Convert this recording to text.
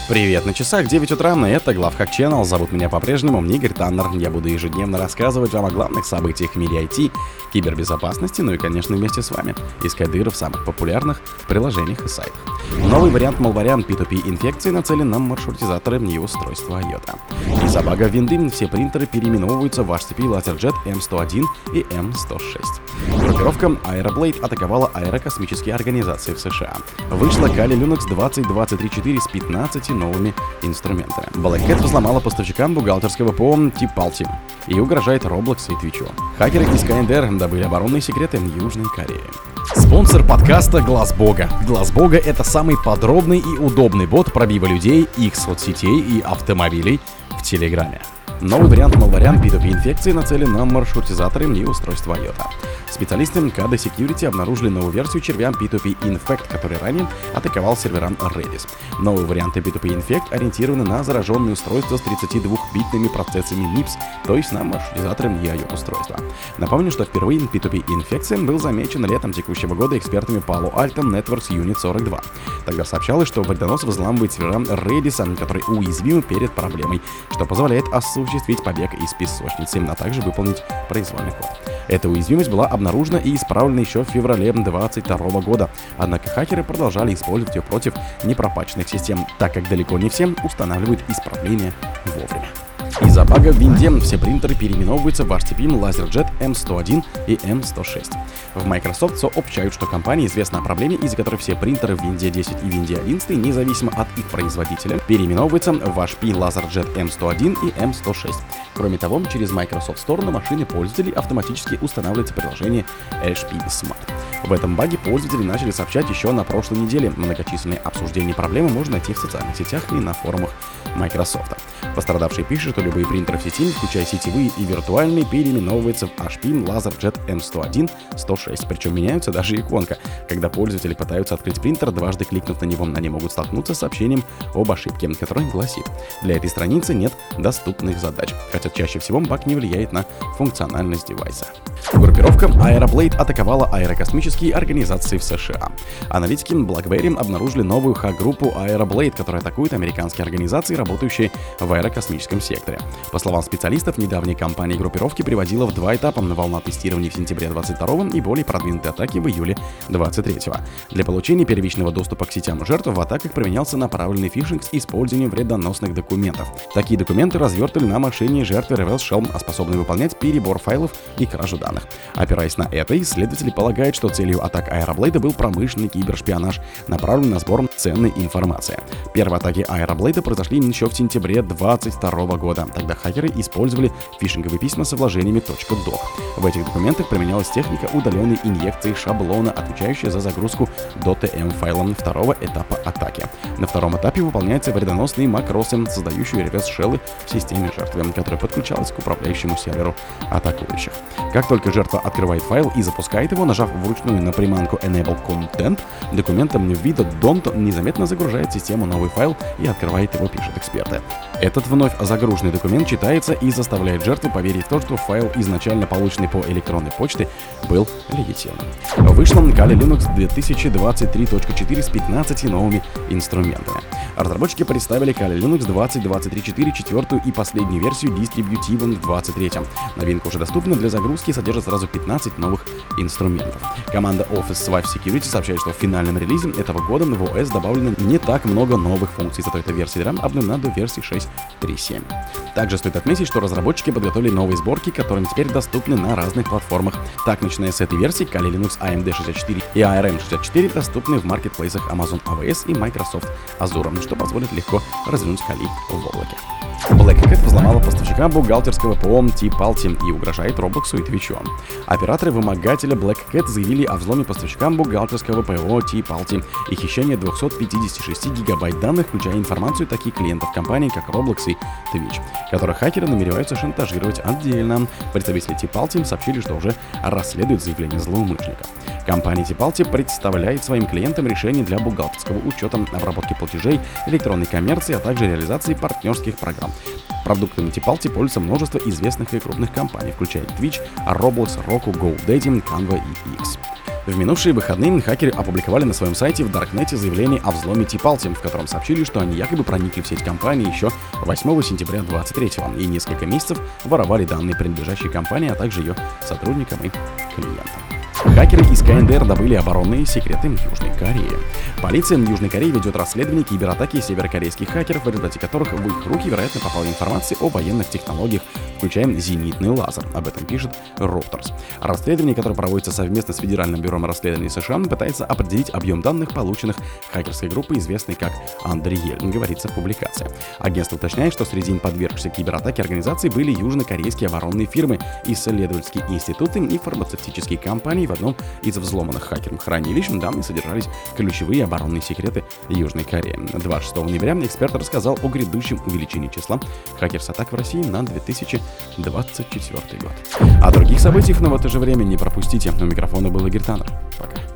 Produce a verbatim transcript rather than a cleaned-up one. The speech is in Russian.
Привет, на часах девять утра, и это Главхак Channel. Зовут меня по-прежнему Игорь Таннер. Я буду ежедневно рассказывать вам о главных событиях в мире ай ти, кибербезопасности, ну и, конечно, вместе с вами искать дыры в самых популярных приложениях и сайтах. Новый вариант Malware пи ту пи инфекции нацелен на маршрутизаторы и устройства айота. Из-за бага винды все принтеры переименовываются в эйч ти пи LaserJet эм сто один и эм сто шесть. Группировка Aeroblade атаковала аэрокосмические организации в США. Вышла Kali Linux двадцать двадцать три четыре с пятнадцатью новыми инструментами. Black Cat взломала поставщикам бухгалтерского ПО Tipalti и угрожает Roblox и Twitch. Хакеры из ка эн дэ эр добыли оборонные секреты Южной Кореи. Спонсор подкаста Глаз Бога. Глаз Бога — это самый подробный и удобный бот пробива людей, их соцсетей и автомобилей в Телеграме. Новый вариант Malware пи ту пи инфекции нацелен на маршрутизаторы и устройства айота. Специалисты кей ди Security обнаружили новую версию червя пи ту пи Infect, который ранее атаковал сервера Redis. Новые варианты пи ту пи Infect ориентированы на зараженные устройства с тридцатидвухбитными процессами мипс, то есть на маршрутизаторы и ай о-устройства. Напомню, что впервые пи ту пи инфекция был замечен летом текущего года экспертами Palo Alto Networks Unit сорок два. Тогда сообщалось, что вредонос взламывает сервера Redis, которые уязвимы перед проблемой, что позволяет осуществить побег из песочницы, а также выполнить произвольный код. Эта уязвимость была обнаружена и исправлена еще в феврале две тысячи двадцать второго года, однако хакеры продолжали использовать ее против непропатченных систем, так как далеко не все устанавливают исправления вовремя. Из-за бага в винде все принтеры переименовываются в эйч ти пи LaserJet эм сто один и эм сто шесть. В Microsoft сообщают, что компании известно о проблеме, из-за которой все принтеры в винде десять и винде одиннадцать, независимо от их производителя, переименовываются в эйч пи LaserJet эм сто один и эм сто шесть. Кроме того, через Microsoft Store на машины пользователей автоматически устанавливается приложение эйч пи Smart. В этом баге пользователи начали сообщать еще на прошлой неделе. Многочисленные обсуждения проблемы можно найти в социальных сетях и на форумах Microsoft. Пострадавшие пишут, что любые принтеры в сети, включая сетевые и виртуальные, переименовываются в эйч пи LaserJet эм сто один сто шесть. Причем меняются даже иконка. Когда пользователи пытаются открыть принтер, дважды кликнув на него, они могут столкнуться с сообщением об ошибке, которое гласит: для этой страницы нет доступных задач. Хотя чаще всего баг не влияет на функциональность девайса. Группировка Aeroblade атаковала аэрокосмические организации в США. Аналитики BlackBerry обнаружили новую хак-группу Aeroblade, которая атакует американские организации, работающие в аэрокосмическом секторе. По словам специалистов, недавняя кампания группировки приводила в два этапа: волна тестирования в сентябре двадцать второго и более продвинутые атаки в июле двадцать третьего. Для получения первичного доступа к сетям жертв в атаках применялся направленный фишинг с использованием вредоносных документов. Такие документы развертывали на машине жертвы Reverse Shell, способные выполнять перебор файлов и кражу данных. Опираясь на это, исследователи полагают, что целью атак Aeroblade был промышленный кибершпионаж, направленный на сбор ценной информации. Первые атаки Aeroblade произошли еще в сентябре двадцать второго года. Тогда хакеры использовали фишинговые письма с вложениями .doc. В этих документах применялась техника удаленной инъекции шаблона, отвечающая за загрузку .tm файлом второго этапа атаки. На втором этапе выполняются вредоносные макросы, создающие реверс-шеллы в системе жертвы, которая подключалась к управляющему серверу атакующих. Как только жертва открывает файл и запускает его, нажав вручную на приманку Enable Content, документом вида don't незаметно загружает систему новый файл и открывает его, пишут эксперты. Этот вновь загруженный документ читается и заставляет жертву поверить в то, что файл, изначально полученный по электронной почте, был легитимным. Вышла Kali Linux две тысячи двадцать три точка четыре с пятнадцатью новыми инструментами. Разработчики представили Kali Linux двадцать двадцать три точка четыре, четвертую и последнюю версию дистрибьютива в двадцать третьем. Новинка уже доступна для загрузки и содержит сразу пятнадцать новых инструментов. Команда Office Swipe Security сообщает, что в финальном релизе этого года в о эс добавлено не так много новых функций, зато эта версия RAM обновлена до версии шесть точка три точка семь. Также стоит отметить, что разработчики подготовили новые сборки, которые теперь доступны на разных платформах. Так, начиная с этой версии, Kali Linux эй эм ди шестьдесят четыре и эй ар эм шестьдесят четыре доступны в маркетплейсах Amazon эй ви эс и Microsoft Azure, что позволит легко развернуть Kali в облаке. Black Cat взломала поставщика бухгалтерского ПО Tipalti и угрожает Roblox и Twitch. Операторы-вымогателя Black Cat заявили о взломе поставщика бухгалтерского ПО Tipalti и хищении двухсот пятидесяти шести гигабайт данных, включая информацию таких клиентов компаний, как Roblox и Twitch, которых хакеры намереваются шантажировать отдельно. Представители Tipalti сообщили, что уже расследуют заявление злоумышленника. Компания Tipalti представляет своим клиентам решения для бухгалтерского учета, обработки платежей, электронной коммерции, а также реализации партнерских программ. Продуктами Tipalti пользуются множество известных и крупных компаний, включая Twitch, Roblox, Roku, GoDaddy, Canva и X. В минувшие выходные хакеры опубликовали на своем сайте в Даркнете заявление о взломе Типалти, в котором сообщили, что они якобы проникли в сеть компании еще восьмого сентября две тысячи двадцать третьего и несколько месяцев воровали данные, принадлежащие компании, а также ее сотрудникам и клиентам. Хакеры из ка эн дэ эр добыли оборонные секреты Южной Кореи. Полиция Южной Кореи ведет расследование кибератаки северокорейских хакеров, в результате которых в их руки, вероятно, попала информация о военных технологиях, включая зенитный лазер. Об этом пишет Reuters. Расследование, которое проводится совместно с Федеральным бюро расследований США, пытается определить объем данных, полученных хакерской группой, известной как Андриель, говорится в публикации. Агентство уточняет, что среди подвергшихся кибератаке организаций были южнокорейские оборонные фирмы, исследовательские институты и фармацевтические компании. В одном из взломанных хакером хранилищ данные содержались ключевые оборонные секреты Южной Кореи. двадцать шестого ноября эксперт рассказал о грядущем увеличении числа хакерс-атак в России на две тысячи двадцать четвёртый год. О других событиях, но в это же время не пропустите. У микрофона был Игорь Таннер. Пока.